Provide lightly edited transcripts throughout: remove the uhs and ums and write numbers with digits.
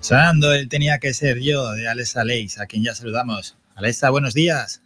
Sonando él tenía que ser yo, de Alexa Leis, a quien ya saludamos. Alexa, buenos días.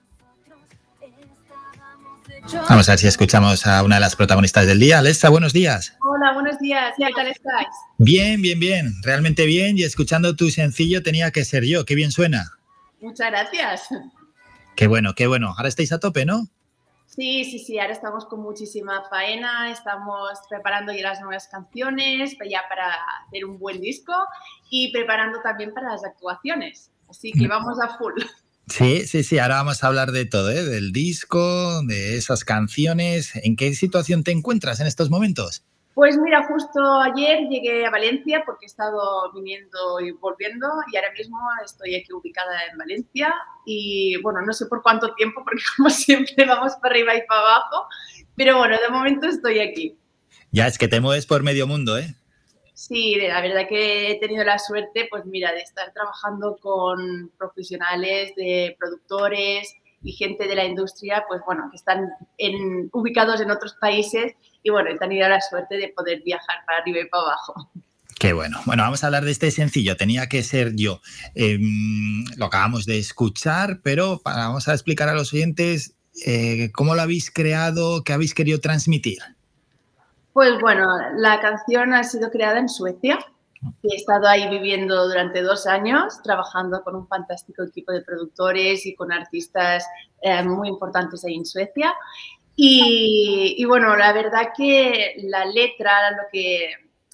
Vamos a ver si escuchamos a una de las protagonistas del día. Alexa, buenos días. Hola, buenos días. ¿Qué tal estáis? Bien, bien, bien. Realmente bien. Y escuchando tu sencillo tenía que ser yo. Qué bien suena. Muchas gracias. Qué bueno, qué bueno. Ahora estáis a tope, ¿no? Sí. Ahora estamos con muchísima faena. Estamos preparando ya las nuevas canciones, ya para hacer un buen disco y preparando también para las actuaciones. Así que vamos a full. Sí. Ahora vamos a hablar de todo, ¿eh? Del disco, de esas canciones. ¿En qué situación te encuentras en estos momentos? Pues mira, justo ayer llegué a Valencia porque he estado viniendo y volviendo y ahora mismo estoy aquí ubicada en Valencia y bueno, no sé por cuánto tiempo porque como siempre vamos para arriba y para abajo, pero bueno, de momento estoy aquí. Ya, es que te mueves por medio mundo, ¿eh? Sí, la verdad que he tenido la suerte, pues mira, de estar trabajando con profesionales, de productores y gente de la industria, pues bueno, que están ubicados en otros países y bueno, he tenido la suerte de poder viajar para arriba y para abajo. Qué bueno. Bueno, vamos a hablar de este sencillo, tenía que ser yo. Lo acabamos de escuchar, pero vamos a explicar a los oyentes cómo lo habéis creado, qué habéis querido transmitir. Pues bueno, la canción ha sido creada en Suecia. He estado ahí viviendo durante 2 años, trabajando con un fantástico equipo de productores y con artistas muy importantes ahí en Suecia. Y bueno, la verdad que la letra, lo que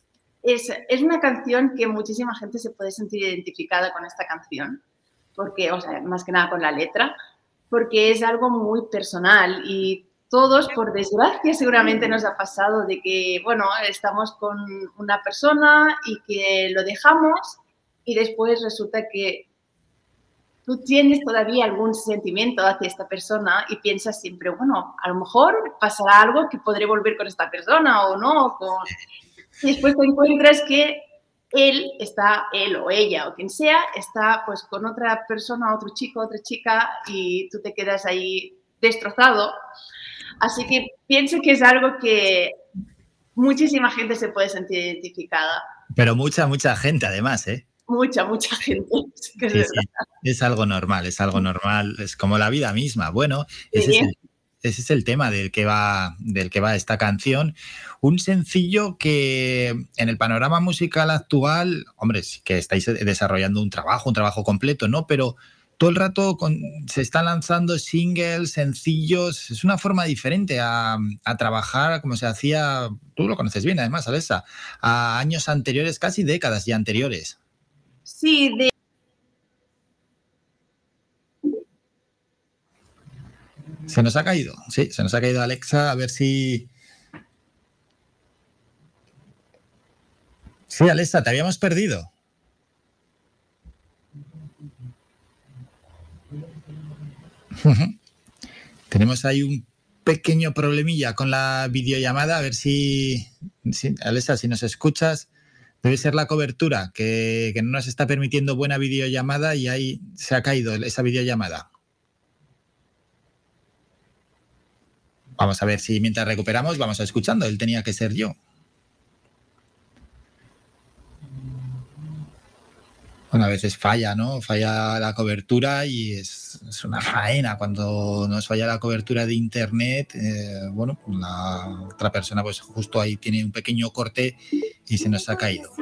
es una canción que muchísima gente se puede sentir identificada con esta canción, porque, o sea, más que nada con la letra, porque es algo muy personal y todos, por desgracia, seguramente nos ha pasado de que, bueno, estamos con una persona y que lo dejamos y después resulta que tú tienes todavía algún sentimiento hacia esta persona y piensas siempre, bueno, a lo mejor pasará algo que podré volver con esta persona o no. Y después te encuentras que él o ella o quien sea, está pues con otra persona, otro chico, otra chica y tú te quedas ahí destrozado. Así que pienso que es algo que muchísima gente se puede sentir identificada. Pero mucha gente además, ¿eh? Mucha gente. Sí, es algo normal, es como la vida misma. Bueno, ese es el tema del que va esta canción. Un sencillo que en el panorama musical actual, hombre, sí que estáis desarrollando un trabajo completo, ¿no? Pero todo el rato se están lanzando singles, sencillos. Es una forma diferente a trabajar como se hacía, tú lo conoces bien además, Alessa, a años anteriores, casi décadas ya anteriores. Sí, Se nos ha caído, sí, se nos ha caído Alexa, a ver si... Sí, Alexa, te habíamos perdido. Tenemos ahí un pequeño problemilla con la videollamada, a ver si Alexa, si nos escuchas, debe ser la cobertura, que no nos está permitiendo buena videollamada y ahí se ha caído esa videollamada. Vamos a ver si mientras recuperamos vamos a escuchando, él tenía que ser yo. Bueno, a veces falla, ¿no? Falla la cobertura y es una faena cuando nos falla la cobertura de internet. Bueno, la otra persona pues justo ahí tiene un pequeño corte y se nos ha caído.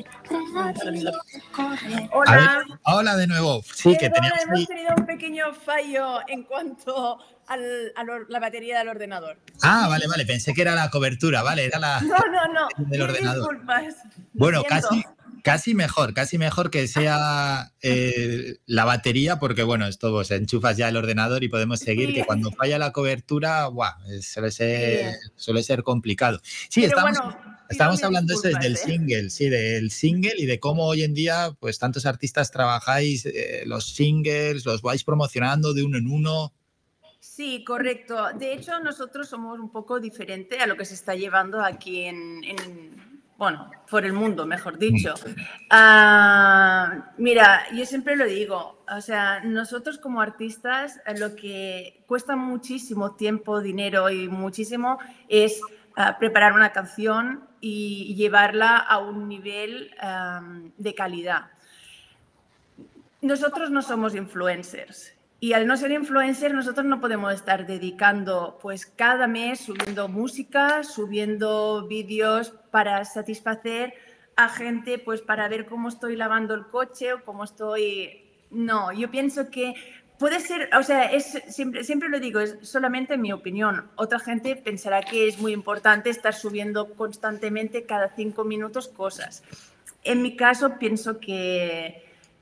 Hola. A ver, hola de nuevo. Sí, que hemos tenido un pequeño fallo en cuanto a la batería del ordenador. Ah, vale, pensé que era la cobertura, vale, era la No, del ordenador. Disculpas. Bueno, casi mejor que sea la batería, porque bueno, esto vos enchufas ya el ordenador y podemos seguir, que cuando falla la cobertura, suele ser complicado. Sí, estamos hablando eso del single, sí, del single y de cómo hoy en día pues tantos artistas trabajáis los singles, los vais promocionando de uno en uno. Sí, correcto. De hecho, nosotros somos un poco diferente a lo que se está llevando aquí bueno, por el mundo, mejor dicho. Mira, yo siempre lo digo, o sea, nosotros como artistas lo que cuesta muchísimo tiempo, dinero y muchísimo es preparar una canción, y llevarla a un nivel de calidad. Nosotros no somos influencers y al no ser influencers nosotros no podemos estar dedicando pues cada mes subiendo música, subiendo vídeos para satisfacer a gente, pues para ver cómo estoy lavando el coche o cómo estoy... No, yo pienso que puede ser, o sea, siempre lo digo, es solamente mi opinión. Otra gente pensará que es muy importante estar subiendo constantemente cada 5 minutos cosas. En mi caso pienso que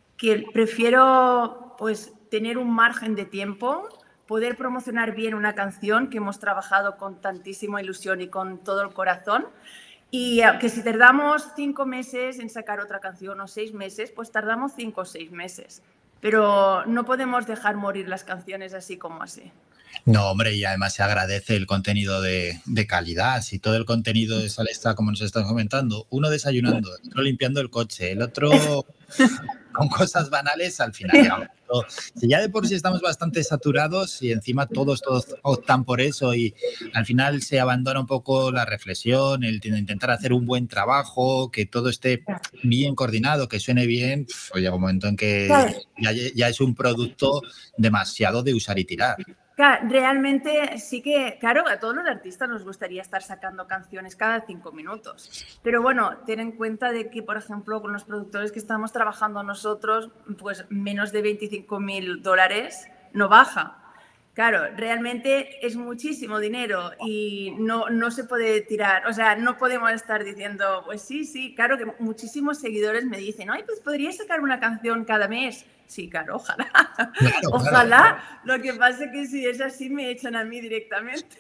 prefiero pues tener un margen de tiempo, poder promocionar bien una canción que hemos trabajado con tantísima ilusión y con todo el corazón, y que si tardamos 5 meses en sacar otra canción o 6 meses, pues tardamos 5 o 6 meses. Pero no podemos dejar morir las canciones así como así. No, hombre, y además se agradece el contenido de calidad. Si todo el contenido está, como nos estás comentando, uno desayunando, el otro limpiando el coche, el otro con cosas banales, al final llegamos. Si ya de por sí estamos bastante saturados y encima todos optan por eso y al final se abandona un poco la reflexión, el intentar hacer un buen trabajo, que todo esté bien coordinado, que suene bien, pues llega un momento en que ya es un producto demasiado de usar y tirar. Claro, realmente sí que, claro, a todos los artistas nos gustaría estar sacando canciones cada 5 minutos. Pero bueno, ten en cuenta de que, por ejemplo, con los productores que estamos trabajando nosotros, pues menos de $25.000 no baja. Claro, realmente es muchísimo dinero y no se puede tirar, o sea, no podemos estar diciendo, pues sí, claro que muchísimos seguidores me dicen, ay, pues podrías sacar una canción cada mes. Sí, claro, ojalá. Claro, ojalá. Claro. Lo que pasa es que si es así me echan a mí directamente.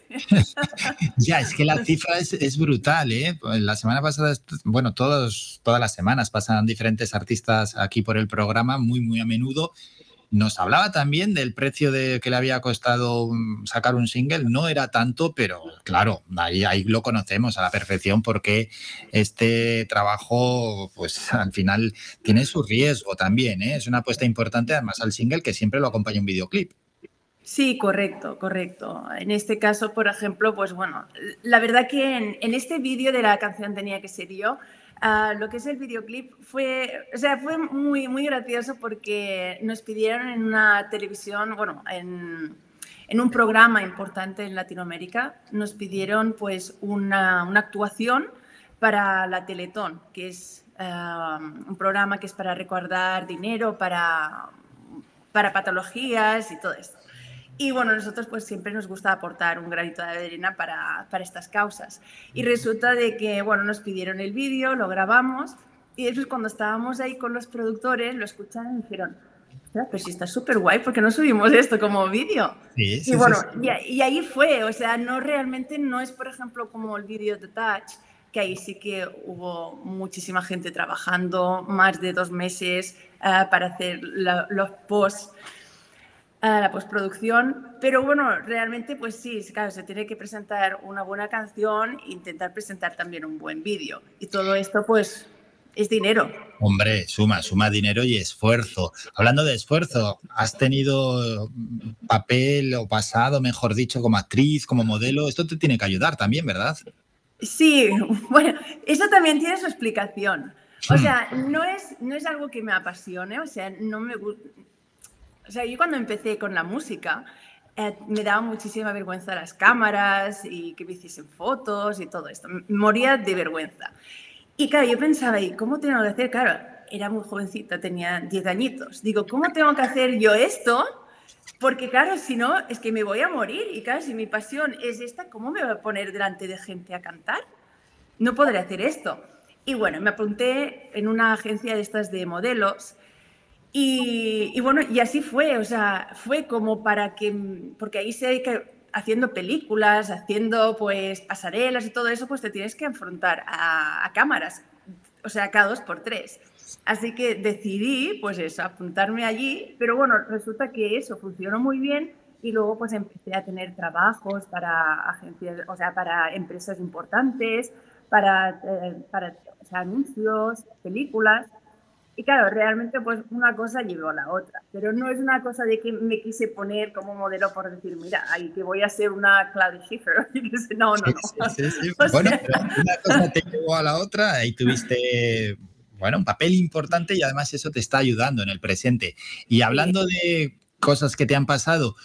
Ya, es que la cifra es brutal, ¿eh? La semana pasada, bueno, todas las semanas pasan diferentes artistas aquí por el programa, muy a menudo. Nos hablaba también del precio que le había costado sacar un single. No era tanto, pero claro, ahí lo conocemos a la perfección porque este trabajo, pues al final tiene su riesgo también, ¿eh? Es una apuesta importante además al single que siempre lo acompaña un videoclip. Sí, correcto. En este caso, por ejemplo, pues bueno, la verdad que en este vídeo de la canción Tenía que ser yo, lo que es el videoclip fue muy gracioso porque nos pidieron en una televisión, bueno, en un programa importante en Latinoamérica, nos pidieron pues una actuación para la Teletón, que es un programa que es para recaudar dinero para patologías y todo esto. Y bueno, nosotros pues siempre nos gusta aportar un granito de arena para estas causas. Y resulta de que, bueno, nos pidieron el vídeo, lo grabamos y después cuando estábamos ahí con los productores lo escucharon y dijeron, pero si está súper guay, ¿por qué no subimos esto como vídeo? Sí, y bueno, sí. Y ahí fue, o sea, realmente no es, por ejemplo, como el vídeo de Touch, que ahí sí que hubo muchísima gente trabajando, más de 2 meses para hacer los posts, la postproducción, pero bueno, realmente pues sí, claro, se tiene que presentar una buena canción e intentar presentar también un buen vídeo. Y todo esto pues es dinero. Hombre, suma dinero y esfuerzo. Hablando de esfuerzo, ¿has tenido papel o pasado, mejor dicho, como actriz, como modelo? Esto te tiene que ayudar también, ¿verdad? Sí, bueno, eso también tiene su explicación. O sea, no es algo que me apasione, o sea, no me gusta. O sea, yo cuando empecé con la música me daba muchísima vergüenza las cámaras y que me hiciesen fotos y todo esto. Me moría de vergüenza. Y claro, yo pensaba, ¿y cómo tengo que hacer? Claro, era muy jovencita, tenía 10 añitos. Digo, ¿cómo tengo que hacer yo esto? Porque claro, si no, es que me voy a morir. Y claro, si mi pasión es esta, ¿cómo me voy a poner delante de gente a cantar? No podré hacer esto. Y bueno, me apunté en una agencia de estas de modelos. Y bueno, y así fue, o sea, fue como porque ahí sé que haciendo películas, haciendo pues pasarelas y todo eso, pues te tienes que enfrentar a cámaras, o sea, cada 2 por 3. Así que decidí, pues eso, apuntarme allí, pero bueno, resulta que eso funcionó muy bien y luego pues empecé a tener trabajos para agencias, o sea, para empresas importantes, para o sea, anuncios, películas. Y claro, realmente pues una cosa llevó a la otra, pero no es una cosa de que me quise poner como modelo por decir, mira, ahí que voy a ser una Claudia Schiffer. No, no, no. Sí. Bueno, pero una cosa te llevó a la otra y tuviste, bueno, un papel importante y además eso te está ayudando en el presente. Y hablando de cosas que te han pasado,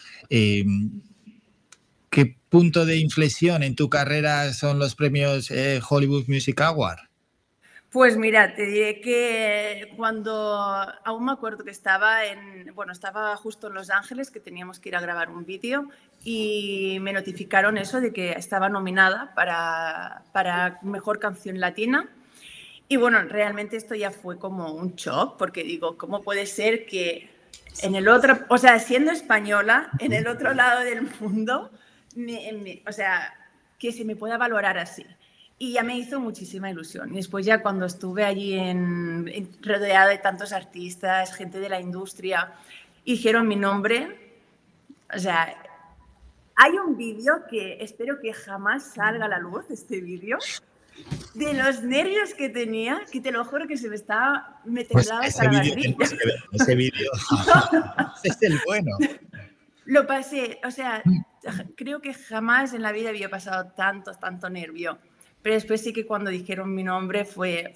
¿qué punto de inflexión en tu carrera son los premios Hollywood Music Award? Pues mira, te diré que cuando aún me acuerdo que estaba justo en Los Ángeles, que teníamos que ir a grabar un vídeo y me notificaron eso de que estaba nominada para Mejor Canción Latina. Y bueno, realmente esto ya fue como un shock, porque digo, ¿cómo puede ser que en el otro, o sea, siendo española, en el otro lado del mundo, o sea, que se me pueda valorar así? Y ya me hizo muchísima ilusión. Y después ya cuando estuve allí rodeada de tantos artistas, gente de la industria, y dijeron mi nombre, o sea, hay un vídeo que espero que jamás salga a la luz, este vídeo, de los nervios que tenía, que te lo juro que se me temblaba hasta la barbilla. Ese vídeo es el bueno. Lo pasé, o sea, creo que jamás en la vida había pasado tanto nervio. Pero después sí que cuando dijeron mi nombre fue...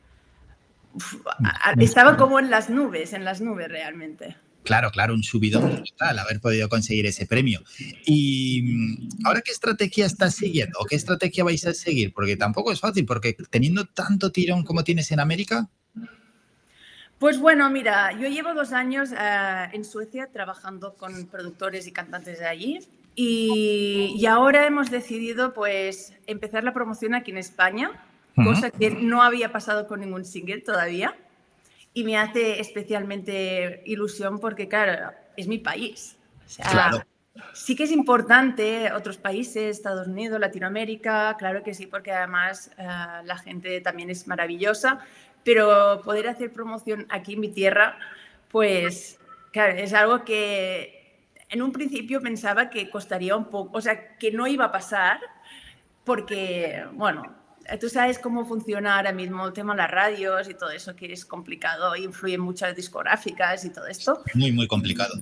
estaba como en las nubes realmente. Claro, un subidón total haber podido conseguir ese premio. ¿Y ahora qué estrategia estás siguiendo o qué estrategia vais a seguir? Porque tampoco es fácil, porque teniendo tanto tirón como tienes en América... Pues bueno, mira, yo llevo 2 años en Suecia trabajando con productores y cantantes de allí. Y ahora hemos decidido pues empezar la promoción aquí en España, cosa que no había pasado con ningún single todavía y me hace especialmente ilusión porque, claro, es mi país. O sea, claro. Sí que es importante otros países, Estados Unidos, Latinoamérica, claro que sí, porque además la gente también es maravillosa, pero poder hacer promoción aquí en mi tierra, pues, claro, es algo que... En un principio pensaba que costaría un poco, o sea, que no iba a pasar porque, bueno, tú sabes cómo funciona ahora mismo el tema de las radios y todo eso, que es complicado, influyen muchas discográficas y todo esto. Muy complicado.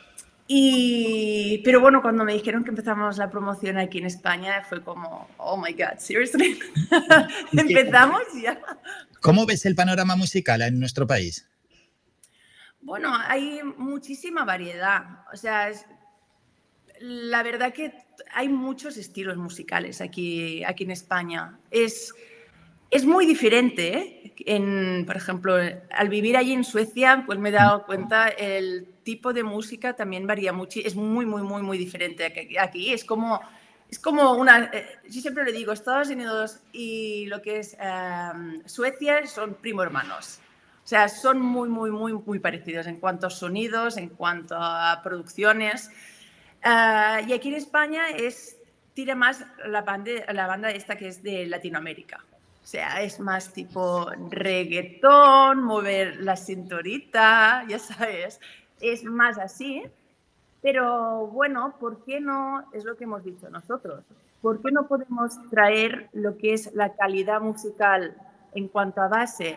Pero bueno, cuando me dijeron que empezamos la promoción aquí en España, fue como, oh my God, seriously, empezamos ya. ¿Cómo ves el panorama musical en nuestro país? Bueno, hay muchísima variedad. O sea, la verdad que hay muchos estilos musicales aquí en España. Es muy diferente, ¿eh? Por ejemplo, al vivir allí en Suecia, pues me he dado cuenta, el tipo de música también varía mucho. Es muy diferente aquí. Es como una... Yo siempre le digo, Estados Unidos y lo que es Suecia son primo hermanos. O sea, son muy parecidos en cuanto a sonidos, en cuanto a producciones. Y aquí en España tira más la banda esta que es de Latinoamérica. O sea, es más tipo reggaetón, mover la cinturita, ya sabes. Es más así. Pero bueno, ¿por qué no? Es lo que hemos dicho nosotros. ¿Por qué no podemos traer lo que es la calidad musical en cuanto a base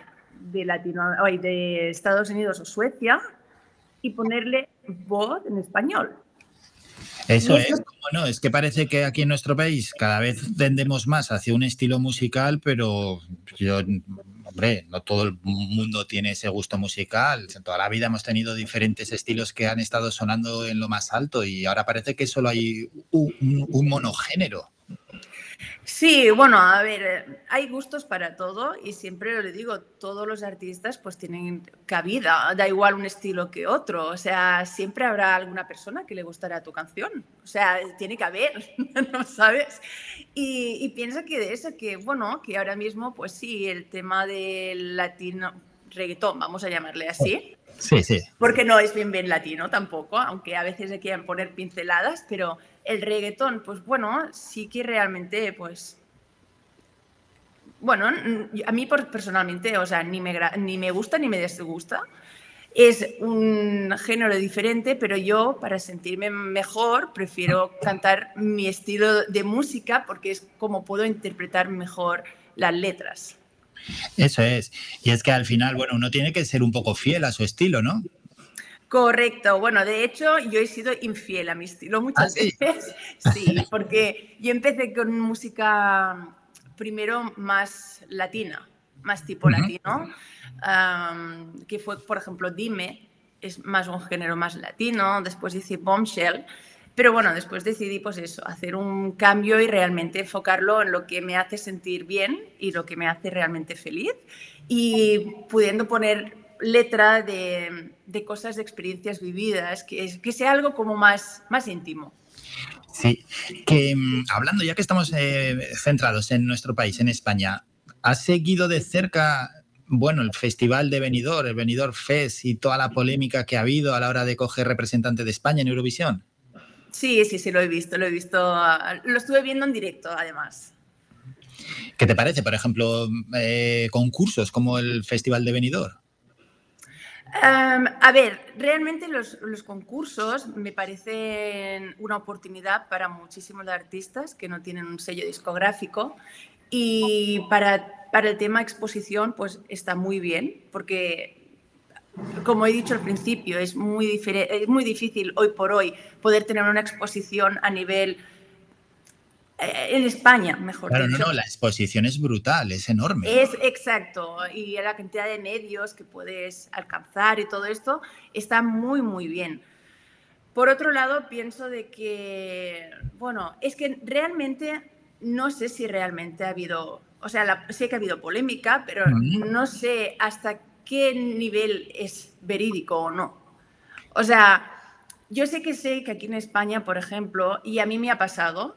de Estados Unidos o Suecia y ponerle voz en español? Eso es, como no, es que parece que aquí en nuestro país cada vez tendemos más hacia un estilo musical, pero hombre, no todo el mundo tiene ese gusto musical. Toda la vida hemos tenido diferentes estilos que han estado sonando en lo más alto y ahora parece que solo hay un monogénero. Sí, bueno, a ver, hay gustos para todo y siempre le digo, todos los artistas pues tienen cabida, da igual un estilo que otro, o sea, siempre habrá alguna persona que le gustará tu canción, o sea, tiene que haber, ¿no sabes? Y piensa que de eso, que bueno, que ahora mismo pues sí, el tema del latino, reggaetón, vamos a llamarle así. Sí. Porque no es bien latino tampoco, aunque a veces se quieran poner pinceladas, pero el reggaetón, pues bueno, sí que realmente, pues... Bueno, a mí personalmente, o sea, ni me gusta ni me disgusta. Es un género diferente, pero yo, para sentirme mejor, prefiero cantar mi estilo de música porque es como puedo interpretar mejor las letras. Eso es. Y es que al final, bueno, uno tiene que ser un poco fiel a su estilo, ¿no? Correcto. Bueno, de hecho, yo he sido infiel a mi estilo ¿Ah, muchas sí? veces. Sí, porque yo empecé con música primero más latina, más tipo Ujú. latino, que fue, por ejemplo, Dime, es más un género más latino, después hice Bombshell, pero bueno, después decidí pues eso, hacer un cambio y realmente enfocarlo en lo que me hace sentir bien y lo que me hace realmente feliz y pudiendo poner letra de cosas, de experiencias vividas, que sea algo como más íntimo. Sí, que hablando, ya que estamos centrados en nuestro país, en España, ¿has seguido de cerca, bueno, el Festival de Benidorm, el Benidorm Fest y toda la polémica que ha habido a la hora de coger representante de España en Eurovisión? Sí, sí, sí, lo he visto, lo estuve viendo en directo además. ¿Qué te parece, por ejemplo, concursos como el Festival de Benidorm? A ver, realmente los concursos me parecen una oportunidad para muchísimos artistas que no tienen un sello discográfico y para el tema exposición pues está muy bien porque como he dicho al principio es muy difícil hoy por hoy poder tener una exposición a nivel en España, mejor Claro, no, dicho. no, la exposición es brutal, es enorme. Es exacto, y la cantidad de medios que puedes alcanzar y todo esto está muy, muy bien. Por otro lado, pienso de que, bueno, es que realmente no sé si realmente ha habido, o sea, sé que ha habido polémica, pero no sé hasta qué nivel es verídico o no. O sea, yo sé que aquí en España, por ejemplo, y a mí me ha pasado,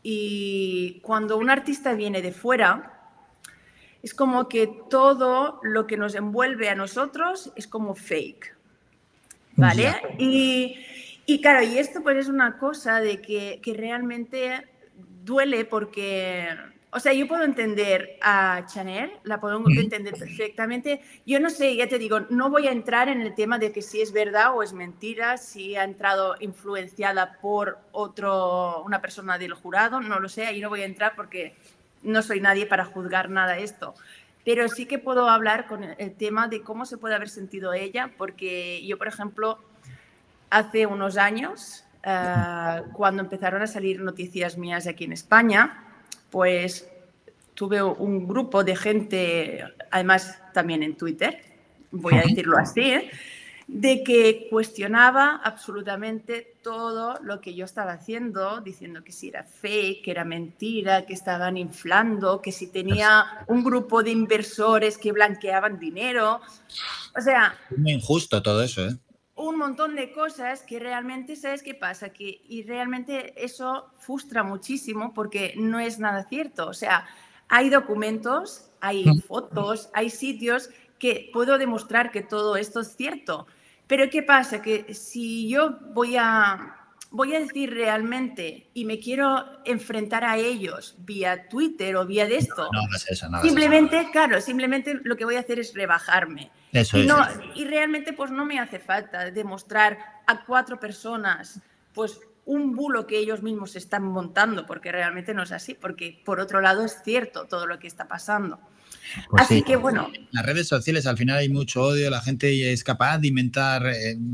y cuando un artista viene de fuera, es como que todo lo que nos envuelve a nosotros es como fake, ¿vale? Ya. Y claro, y esto pues es una cosa de que realmente duele porque, o sea, yo puedo entender a Chanel, la puedo entender perfectamente. Yo no sé, ya te digo, no voy a entrar en el tema de que si es verdad o es mentira, si ha entrado influenciada por una persona del jurado, no lo sé, ahí no voy a entrar porque no soy nadie para juzgar nada de esto. Pero sí que puedo hablar con el tema de cómo se puede haber sentido ella, porque yo, por ejemplo, hace unos años, cuando empezaron a salir noticias mías aquí en España, pues tuve un grupo de gente, además también en Twitter, voy a decirlo así, de que cuestionaba absolutamente todo lo que yo estaba haciendo, diciendo que si era fake, que era mentira, que estaban inflando, que si tenía un grupo de inversores que blanqueaban dinero. O sea, Es muy injusto todo eso, ¿eh? un montón de cosas que realmente, ¿sabes qué pasa? Y realmente eso frustra muchísimo porque no es nada cierto. O sea, hay documentos, hay fotos, hay sitios que puedo demostrar que todo esto es cierto. Pero ¿qué pasa? Que si yo voy a decir realmente y me quiero enfrentar a ellos vía Twitter o vía de esto, No hagas eso, no hagas eso. simplemente, claro, simplemente lo que voy a hacer es rebajarme. Eso Y, es. y realmente pues no me hace falta demostrar a 4 personas pues un bulo que ellos mismos están montando, porque realmente no es así, porque por otro lado es cierto todo lo que está pasando. Pues Así sí. que bueno. En las redes sociales al final hay mucho odio, la gente es capaz de inventar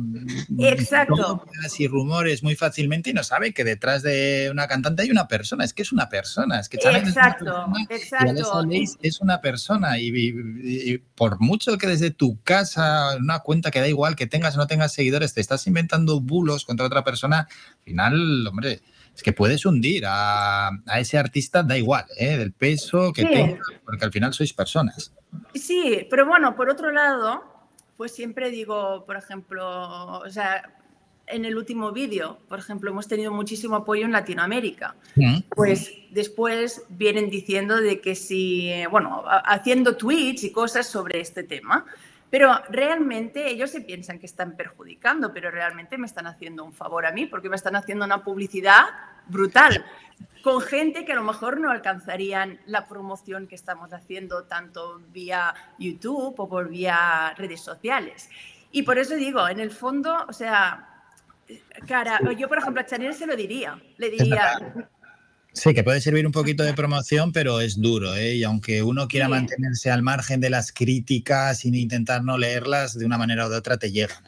Exacto. y rumores muy fácilmente y no sabe que detrás de una cantante hay una persona, es que es una persona, es que Chanel es una Exacto, persona y Alessa exacto. Leis es una persona y por mucho que desde tu casa, una cuenta que da igual que tengas o no tengas seguidores, te estás inventando bulos contra otra persona, al final, hombre, es que puedes hundir a ese artista, da igual, del peso que tenga, porque al final sois personas. Sí, pero bueno, por otro lado, pues siempre digo, por ejemplo, o sea, en el último vídeo, por ejemplo, hemos tenido muchísimo apoyo en Latinoamérica. Pues después vienen diciendo de que si, bueno, haciendo tweets y cosas sobre este tema, pero realmente ellos se piensan que están perjudicando, pero realmente me están haciendo un favor a mí porque me están haciendo una publicidad brutal con gente que a lo mejor no alcanzarían la promoción que estamos haciendo tanto vía YouTube o por vía redes sociales. Y por eso digo, en el fondo, o sea, cara, yo por ejemplo a Chanel se lo diría, le diría, Sí, que puede servir un poquito de promoción, pero es duro, ¿eh? Y aunque uno quiera mantenerse al margen de las críticas y intentar no leerlas, de una manera o de otra te llegan.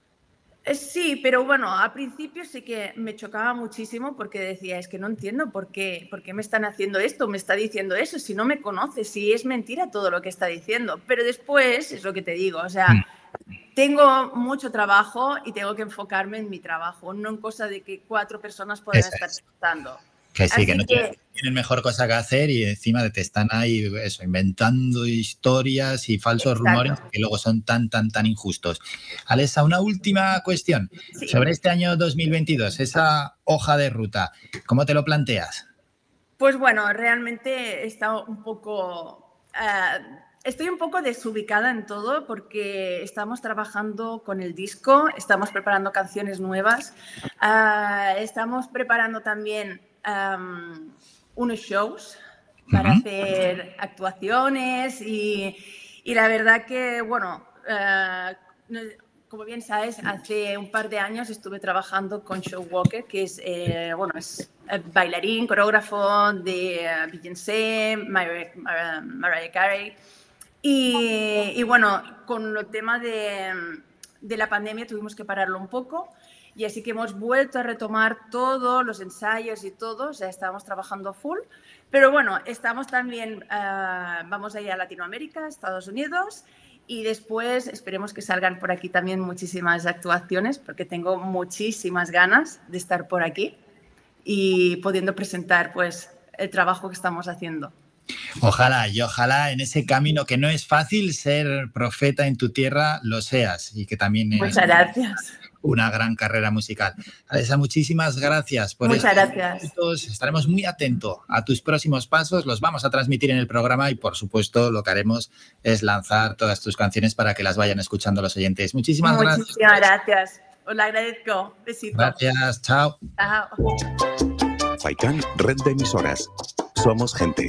Sí, pero bueno, al principio sí que me chocaba muchísimo porque decía, es que no entiendo por qué me están haciendo esto, me está diciendo eso, si no me conoce, si es mentira todo lo que está diciendo. Pero después, es lo que te digo, o sea, tengo mucho trabajo y tengo que enfocarme en mi trabajo, no en cosa de que 4 personas puedan estar tratando. Que sí, que no tienen mejor cosa que hacer y encima te están ahí eso, inventando historias y falsos rumores que luego son tan injustos. Alexa, una última cuestión sobre este año 2022, esa hoja de ruta, ¿cómo te lo planteas? Pues bueno, realmente he estado un poco... estoy un poco desubicada en todo porque estamos trabajando con el disco, estamos preparando canciones nuevas, estamos preparando también unos shows para hacer actuaciones y la verdad que, bueno, como bien sabes, hace un par de años estuve trabajando con Shawn Walker, que es, es bailarín, coreógrafo de Beyoncé, Mariah Carey. Y bueno, con el tema de la pandemia tuvimos que pararlo un poco y así que hemos vuelto a retomar todos los ensayos y todo, o sea, estábamos trabajando full, pero bueno, estamos también, vamos a ir a Latinoamérica, Estados Unidos y después esperemos que salgan por aquí también muchísimas actuaciones porque tengo muchísimas ganas de estar por aquí y pudiendo presentar pues el trabajo que estamos haciendo. Ojalá y ojalá en ese camino que no es fácil ser profeta en tu tierra lo seas y que también es una gran carrera musical. Alexa, muchísimas gracias por Muchas gracias. Minutos. Estaremos muy atentos a tus próximos pasos, los vamos a transmitir en el programa y por supuesto lo que haremos es lanzar todas tus canciones para que las vayan escuchando los oyentes. Muchísimas gracias. Muchísimas gracias. Os lo agradezco. Besitos. Gracias. Chao. Chao. Faikan, red de emisoras. Somos gente.